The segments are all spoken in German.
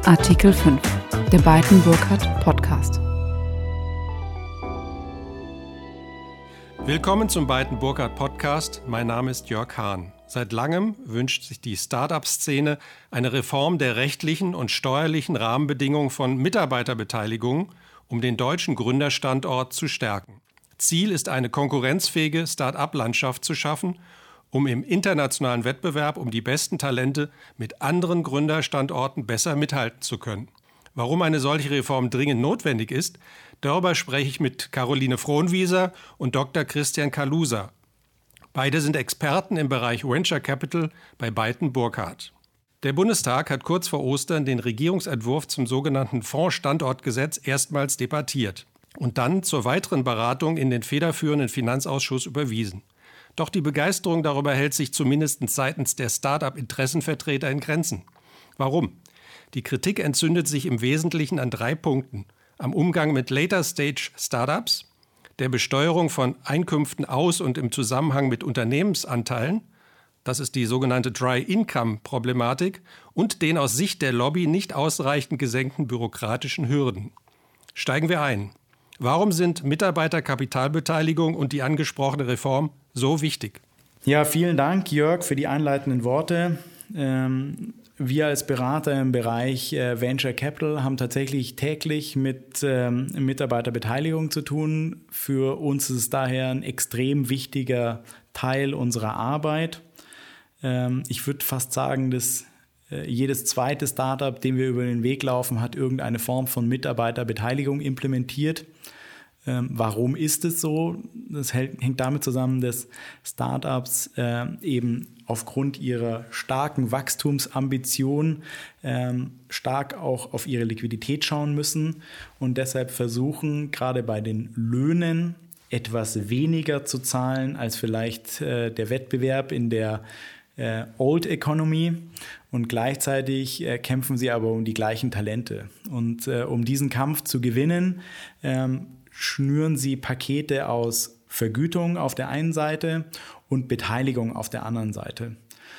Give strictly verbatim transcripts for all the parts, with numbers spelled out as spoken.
Artikel fünf, der Beiten-Burkhardt Podcast. Willkommen zum Beiten-Burkhardt Podcast. Mein Name ist Jörg Hahn. Seit langem wünscht sich die Start-up-Szene eine Reform der rechtlichen und steuerlichen Rahmenbedingungen von Mitarbeiterbeteiligung, um den deutschen Gründerstandort zu stärken. Ziel ist eine konkurrenzfähige Start-up-Landschaft zu schaffen, um im internationalen Wettbewerb um die besten Talente mit anderen Gründerstandorten besser mithalten zu können. Warum eine solche Reform dringend notwendig ist, darüber spreche ich mit Caroline Frohnwieser und Doktor Christian Kaluza. Beide sind Experten im Bereich Venture Capital bei Beiten-Burkhardt. Der Bundestag hat kurz vor Ostern den Regierungsentwurf zum sogenannten Fondsstandortgesetz erstmals debattiert und dann zur weiteren Beratung in den federführenden Finanzausschuss überwiesen. Doch die Begeisterung darüber hält sich zumindest seitens der Start-up-Interessenvertreter in Grenzen. Warum? Die Kritik entzündet sich im Wesentlichen an drei Punkten: am Umgang mit Later-Stage-Startups, der Besteuerung von Einkünften aus und im Zusammenhang mit Unternehmensanteilen, das ist die sogenannte Dry-Income-Problematik, und den aus Sicht der Lobby nicht ausreichend gesenkten bürokratischen Hürden. Steigen wir ein. Warum sind Mitarbeiterkapitalbeteiligung und die angesprochene Reform so wichtig? Ja, vielen Dank, Jörg, für die einleitenden Worte. Ähm, wir als Berater im Bereich äh, Venture Capital haben tatsächlich täglich mit ähm, Mitarbeiterbeteiligung zu tun. Für uns ist es daher ein extrem wichtiger Teil unserer Arbeit. Ähm, ich würde fast sagen, dass äh, jedes zweite Startup, dem wir über den Weg laufen, hat irgendeine Form von Mitarbeiterbeteiligung implementiert. Ähm, warum ist es so? Das hält, hängt damit zusammen, dass Startups äh, eben aufgrund ihrer starken Wachstumsambition ähm, stark auch auf ihre Liquidität schauen müssen und deshalb versuchen, gerade bei den Löhnen etwas weniger zu zahlen als vielleicht äh, der Wettbewerb in der äh, Old Economy. Und gleichzeitig äh, kämpfen sie aber um die gleichen Talente. Und äh, um diesen Kampf zu gewinnen, ähm, schnüren sie Pakete aus Vergütung auf der einen Seite und Beteiligung auf der anderen Seite.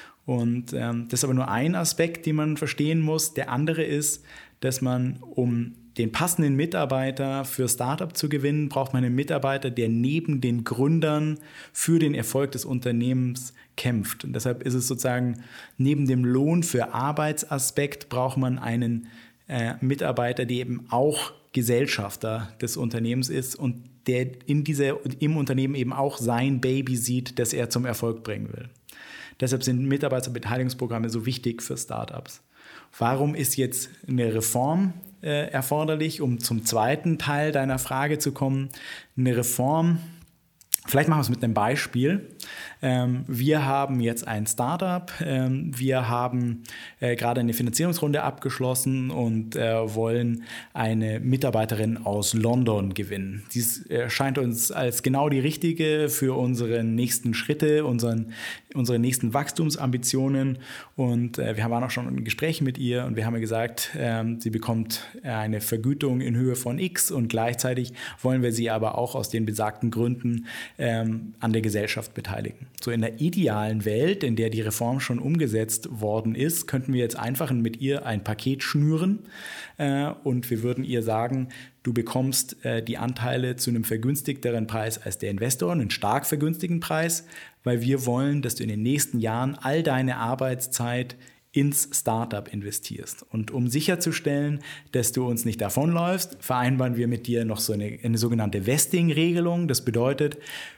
Und ähm, das ist aber nur ein Aspekt, den man verstehen muss. Der andere ist, dass man, um den passenden Mitarbeiter für Startup zu gewinnen, braucht man einen Mitarbeiter, der neben den Gründern für den Erfolg des Unternehmens kämpft. Und deshalb ist es sozusagen, neben dem Lohn für Arbeitsaspekt braucht man einen äh, Mitarbeiter, der eben auch Gesellschafter des Unternehmens ist und der in dieser, im Unternehmen eben auch sein Baby sieht, das er zum Erfolg bringen will. Deshalb sind Mitarbeiterbeteiligungsprogramme so wichtig für Startups. Warum ist jetzt eine Reform äh, erforderlich, um zum zweiten Teil deiner Frage zu kommen? Eine Reform, vielleicht machen wir es mit einem Beispiel. Ähm, wir haben jetzt ein Startup, ähm, wir haben äh, gerade eine Finanzierungsrunde abgeschlossen und äh, wollen eine Mitarbeiterin aus London gewinnen. Dies erscheint uns als genau die richtige für unsere nächsten Schritte, unseren, unsere nächsten Wachstumsambitionen. Und äh, wir waren auch schon in Gesprächen mit ihr und wir haben ihr gesagt, ähm, sie bekommt eine Vergütung in Höhe von X und gleichzeitig wollen wir sie aber auch aus den besagten Gründen ähm, an der Gesellschaft beteiligen. So in der idealen Welt, in der die Reform schon umgesetzt worden ist, könnten wir jetzt einfach mit ihr ein Paket schnüren äh, und wir würden ihr sagen, du bekommst äh, die Anteile zu einem vergünstigteren Preis als der Investor, einen stark vergünstigten Preis, weil wir wollen, dass du in den nächsten Jahren all deine Arbeitszeit ins Startup investierst. Und um sicherzustellen, dass du uns nicht davonläufst, vereinbaren wir mit dir noch so eine, eine sogenannte Vesting-Regelung. Das bedeutet,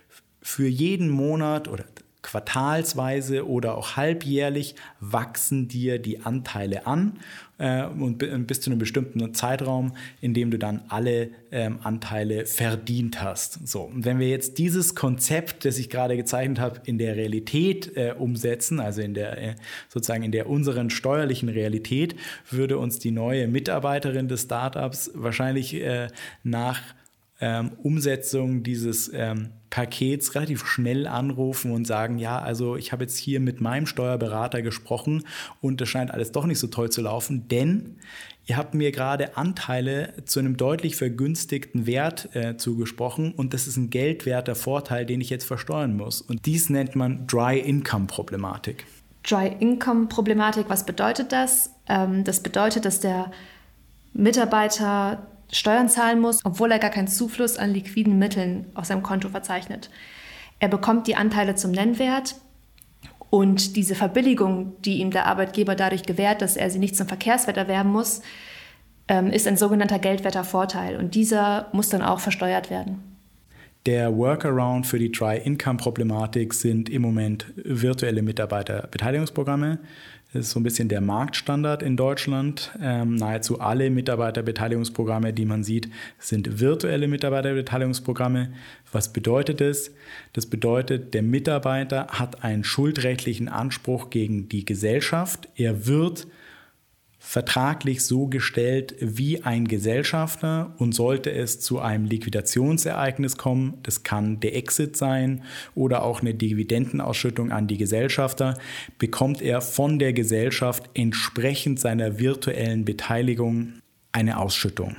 für jeden Monat oder quartalsweise oder auch halbjährlich wachsen dir die Anteile an äh, und bis zu einem bestimmten Zeitraum, in dem du dann alle ähm, Anteile verdient hast. So, und wenn wir jetzt dieses Konzept, das ich gerade gezeichnet habe, in der Realität äh, umsetzen, also in der äh, sozusagen in der unseren steuerlichen Realität, würde uns die neue Mitarbeiterin des Startups wahrscheinlich äh, nach Ähm, Umsetzung dieses ähm, Pakets relativ schnell anrufen und sagen, ja, also ich habe jetzt hier mit meinem Steuerberater gesprochen und das scheint alles doch nicht so toll zu laufen, denn ihr habt mir gerade Anteile zu einem deutlich vergünstigten Wert äh, zugesprochen und das ist ein geldwerter Vorteil, den ich jetzt versteuern muss. Und dies nennt man Dry-Income-Problematik. Dry-Income-Problematik, was bedeutet das? Ähm, das bedeutet, dass der Mitarbeiter Steuern zahlen muss, obwohl er gar keinen Zufluss an liquiden Mitteln auf seinem Konto verzeichnet. Er bekommt die Anteile zum Nennwert und diese Verbilligung, die ihm der Arbeitgeber dadurch gewährt, dass er sie nicht zum Verkehrswert erwerben muss, ähm, ist ein sogenannter geldwerter Vorteil und dieser muss dann auch versteuert werden. Der Workaround für die Dry-Income-Problematik sind im Moment virtuelle Mitarbeiterbeteiligungsprogramme. Das ist so ein bisschen der Marktstandard in Deutschland. Ähm, nahezu alle Mitarbeiterbeteiligungsprogramme, die man sieht, sind virtuelle Mitarbeiterbeteiligungsprogramme. Was bedeutet das? Das bedeutet, der Mitarbeiter hat einen schuldrechtlichen Anspruch gegen die Gesellschaft. Er wird vertraglich so gestellt wie ein Gesellschafter und sollte es zu einem Liquidationsereignis kommen, das kann der Exit sein oder auch eine Dividendenausschüttung an die Gesellschafter, bekommt er von der Gesellschaft entsprechend seiner virtuellen Beteiligung eine Ausschüttung.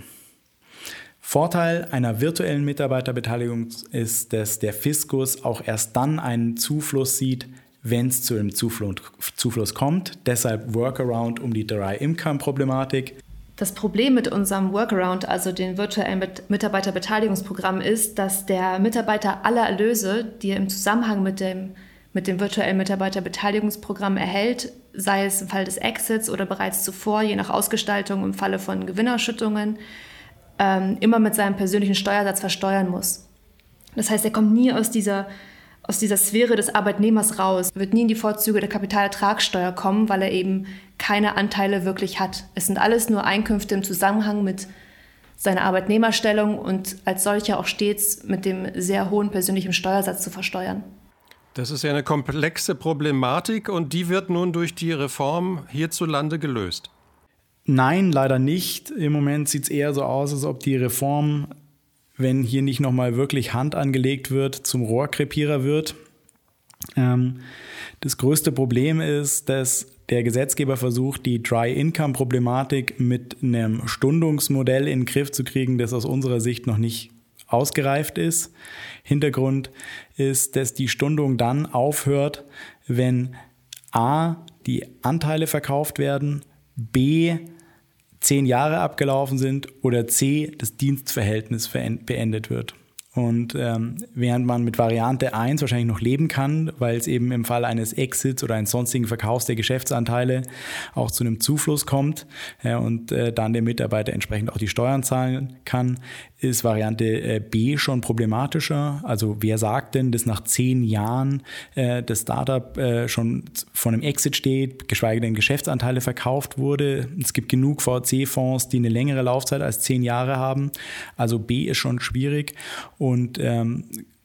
Vorteil einer virtuellen Mitarbeiterbeteiligung ist, dass der Fiskus auch erst dann einen Zufluss sieht, wenn es zu einem Zufluss kommt. Deshalb Workaround um die Dry-Income-Problematik. Das Problem mit unserem Workaround, also dem virtuellen Mitarbeiterbeteiligungsprogramm, ist, dass der Mitarbeiter alle Erlöse, die er im Zusammenhang mit dem, mit dem virtuellen Mitarbeiterbeteiligungsprogramm erhält, sei es im Fall des Exits oder bereits zuvor, je nach Ausgestaltung im Falle von Gewinnausschüttungen, ähm, immer mit seinem persönlichen Steuersatz versteuern muss. Das heißt, er kommt nie aus dieser aus dieser Sphäre des Arbeitnehmers raus, wird nie in die Vorzüge der Kapitalertragssteuer kommen, weil er eben keine Anteile wirklich hat. Es sind alles nur Einkünfte im Zusammenhang mit seiner Arbeitnehmerstellung und als solcher auch stets mit dem sehr hohen persönlichen Steuersatz zu versteuern. Das ist ja eine komplexe Problematik und die wird nun durch die Reform hierzulande gelöst. Nein, leider nicht. Im Moment sieht es eher so aus, als ob die Reform, wenn hier nicht nochmal wirklich Hand angelegt wird, zum Rohrkrepierer wird. Ähm, das größte Problem ist, dass der Gesetzgeber versucht, die Dry-Income-Problematik mit einem Stundungsmodell in den Griff zu kriegen, das aus unserer Sicht noch nicht ausgereift ist. Hintergrund ist, dass die Stundung dann aufhört, wenn a. die Anteile verkauft werden, b. zehn Jahre abgelaufen sind oder c. das Dienstverhältnis beendet wird. Und ähm, während man mit Variante eins wahrscheinlich noch leben kann, weil es eben im Fall eines Exits oder eines sonstigen Verkaufs der Geschäftsanteile auch zu einem Zufluss kommt äh, und äh, dann der Mitarbeiter entsprechend auch die Steuern zahlen kann, ist Variante äh, B schon problematischer. Also wer sagt denn, dass nach zehn Jahren äh, das Startup äh, schon vor einem Exit steht, geschweige denn Geschäftsanteile verkauft wurde? Es gibt genug V C-Fonds, die eine längere Laufzeit als zehn Jahre haben. Also B ist schon schwierig. Und ähm,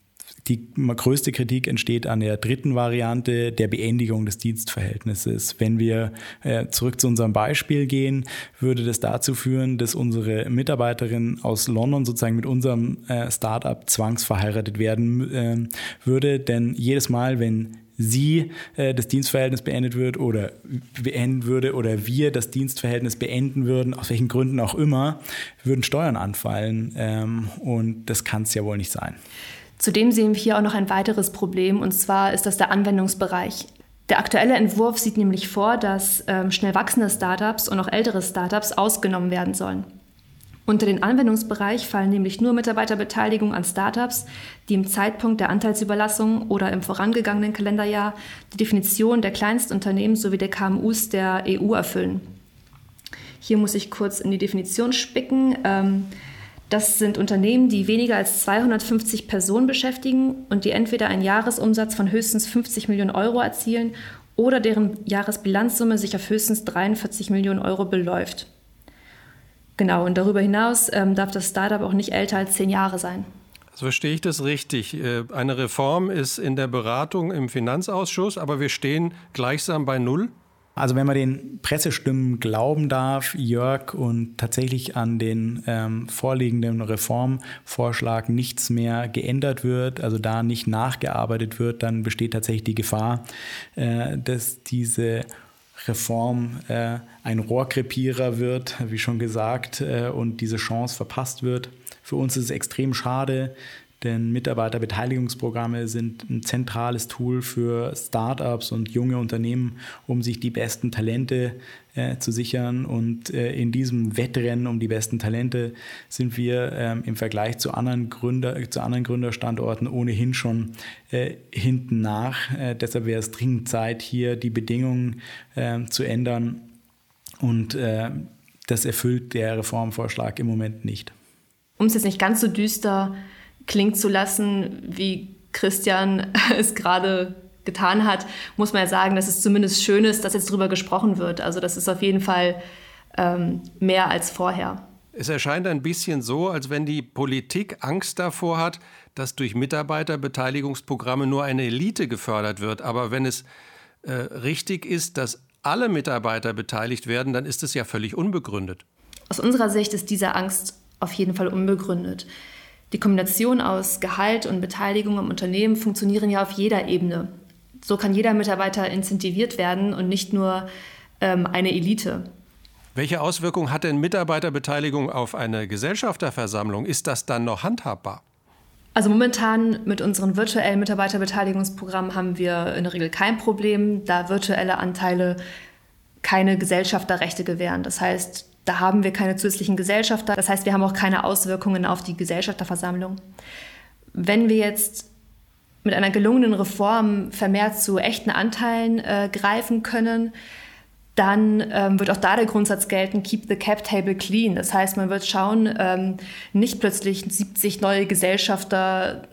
die größte Kritik entsteht an der dritten Variante, der Beendigung des Dienstverhältnisses. Wenn wir äh, zurück zu unserem Beispiel gehen, würde das dazu führen, dass unsere Mitarbeiterin aus London sozusagen mit unserem äh, Startup zwangsverheiratet werden äh, würde. Denn jedes Mal, wenn sie äh, das Dienstverhältnis beendet wird oder beenden würde oder wir das Dienstverhältnis beenden würden, aus welchen Gründen auch immer, würden Steuern anfallen. Ähm, und das kann es ja wohl nicht sein. Zudem sehen wir hier auch noch ein weiteres Problem, und zwar ist das der Anwendungsbereich. Der aktuelle Entwurf sieht nämlich vor, dass ähm, schnell wachsende Startups und auch ältere Startups ausgenommen werden sollen. Unter den Anwendungsbereich fallen nämlich nur Mitarbeiterbeteiligung an Startups, die im Zeitpunkt der Anteilsüberlassung oder im vorangegangenen Kalenderjahr die Definition der Kleinstunternehmen sowie der K M Us der E U erfüllen. Hier muss ich kurz in die Definition spicken. Ähm, Das sind Unternehmen, die weniger als zweihundertfünfzig Personen beschäftigen und die entweder einen Jahresumsatz von höchstens fünfzig Millionen Euro erzielen oder deren Jahresbilanzsumme sich auf höchstens dreiundvierzig Millionen Euro beläuft. Genau, und darüber hinaus ähm, darf das Startup auch nicht älter als zehn Jahre sein. So verstehe ich das richtig. Eine Reform ist in der Beratung im Finanzausschuss, aber wir stehen gleichsam bei Null. Also wenn man den Pressestimmen glauben darf, Jörg, und tatsächlich an den ähm, vorliegenden Reformvorschlag nichts mehr geändert wird, also da nicht nachgearbeitet wird, dann besteht tatsächlich die Gefahr, äh, dass diese Reform äh, ein Rohrkrepierer wird, wie schon gesagt, äh, und diese Chance verpasst wird. Für uns ist es extrem schade, denn Mitarbeiterbeteiligungsprogramme sind ein zentrales Tool für Startups und junge Unternehmen, um sich die besten Talente äh, zu sichern. Und äh, in diesem Wettrennen um die besten Talente sind wir äh, im Vergleich zu anderen, Gründer, zu anderen Gründerstandorten ohnehin schon äh, hinten nach. Äh, deshalb wäre es dringend Zeit, hier die Bedingungen äh, zu ändern. Und äh, das erfüllt der Reformvorschlag im Moment nicht. Um es jetzt nicht ganz so düster klingen zu lassen, wie Christian es gerade getan hat, muss man ja sagen, dass es zumindest schön ist, dass jetzt darüber gesprochen wird. Also das ist auf jeden Fall ähm, mehr als vorher. Es erscheint ein bisschen so, als wenn die Politik Angst davor hat, dass durch Mitarbeiterbeteiligungsprogramme nur eine Elite gefördert wird. Aber wenn es äh, richtig ist, dass alle Mitarbeiter beteiligt werden, dann ist es ja völlig unbegründet. Aus unserer Sicht ist diese Angst auf jeden Fall unbegründet. Die Kombination aus Gehalt und Beteiligung am Unternehmen funktionieren ja auf jeder Ebene. So kann jeder Mitarbeiter incentiviert werden und nicht nur ähm, eine Elite. Welche Auswirkungen hat denn Mitarbeiterbeteiligung auf eine Gesellschafterversammlung? Ist das dann noch handhabbar? Also momentan mit unseren virtuellen Mitarbeiterbeteiligungsprogrammen haben wir in der Regel kein Problem, da virtuelle Anteile keine Gesellschafterrechte gewähren. Das heißt, da haben wir keine zusätzlichen Gesellschafter. Das heißt, wir haben auch keine Auswirkungen auf die Gesellschafterversammlung. Wenn wir jetzt mit einer gelungenen Reform vermehrt zu echten Anteilen äh, greifen können, dann ähm, wird auch da der Grundsatz gelten, keep the cap table clean. Das heißt, man wird schauen, ähm, nicht plötzlich siebzig neue Gesellschafter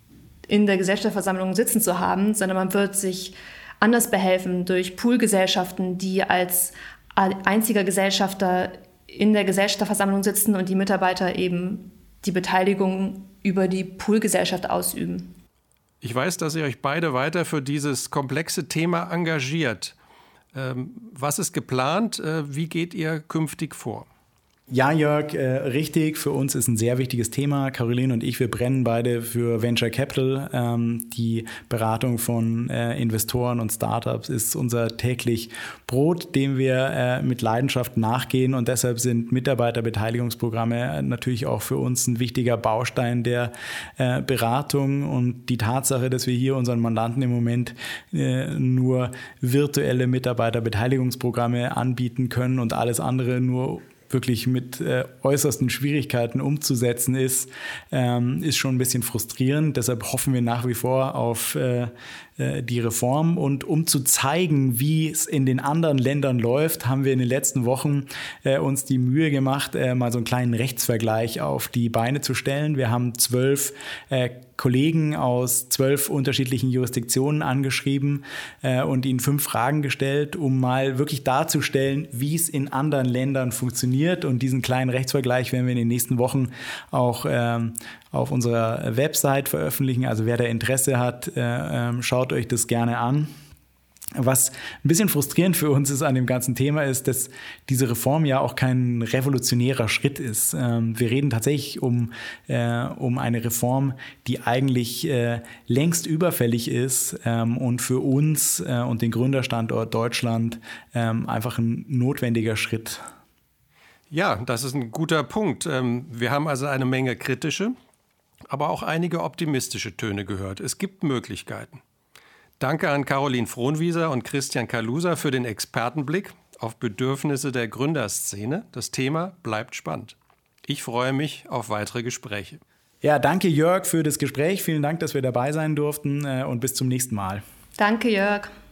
in der Gesellschafterversammlung sitzen zu haben, sondern man wird sich anders behelfen durch Poolgesellschaften, die als einziger Gesellschafter in der Gesellschafterversammlung sitzen und die Mitarbeiter eben die Beteiligung über die Poolgesellschaft ausüben. Ich weiß, dass ihr euch beide weiter für dieses komplexe Thema engagiert. Ähm, was ist geplant? Äh, wie geht ihr künftig vor? Ja, Jörg, äh, richtig. Für uns ist ein sehr wichtiges Thema. Caroline und ich, wir brennen beide für Venture Capital. Ähm, die Beratung von äh, Investoren und Startups ist unser täglich Brot, dem wir äh, mit Leidenschaft nachgehen. Und deshalb sind Mitarbeiterbeteiligungsprogramme natürlich auch für uns ein wichtiger Baustein der äh, Beratung. Und die Tatsache, dass wir hier unseren Mandanten im Moment äh, nur virtuelle Mitarbeiterbeteiligungsprogramme anbieten können und alles andere nur wirklich mit äh, äußersten Schwierigkeiten umzusetzen ist, ähm, ist schon ein bisschen frustrierend. Deshalb hoffen wir nach wie vor auf äh, äh, die Reform. Und um zu zeigen, wie es in den anderen Ländern läuft, haben wir in den letzten Wochen äh, uns die Mühe gemacht, äh, mal so einen kleinen Rechtsvergleich auf die Beine zu stellen. Wir haben zwölf äh, Kollegen aus zwölf unterschiedlichen Jurisdiktionen angeschrieben äh, und ihnen fünf Fragen gestellt, um mal wirklich darzustellen, wie es in anderen Ländern funktioniert. Und diesen kleinen Rechtsvergleich werden wir in den nächsten Wochen auch ähm, auf unserer Website veröffentlichen. Also wer da Interesse hat, äh, äh, schaut euch das gerne an. Was ein bisschen frustrierend für uns ist an dem ganzen Thema ist, dass diese Reform ja auch kein revolutionärer Schritt ist. Wir reden tatsächlich um, um eine Reform, die eigentlich längst überfällig ist und für uns und den Gründerstandort Deutschland einfach ein notwendiger Schritt. Ja, das ist ein guter Punkt. Wir haben also eine Menge kritische, aber auch einige optimistische Töne gehört. Es gibt Möglichkeiten. Danke an Caroline Frohnwieser und Christian Kaluza für den Expertenblick auf Bedürfnisse der Gründerszene. Das Thema bleibt spannend. Ich freue mich auf weitere Gespräche. Ja, danke Jörg für das Gespräch. Vielen Dank, dass wir dabei sein durften und bis zum nächsten Mal. Danke Jörg.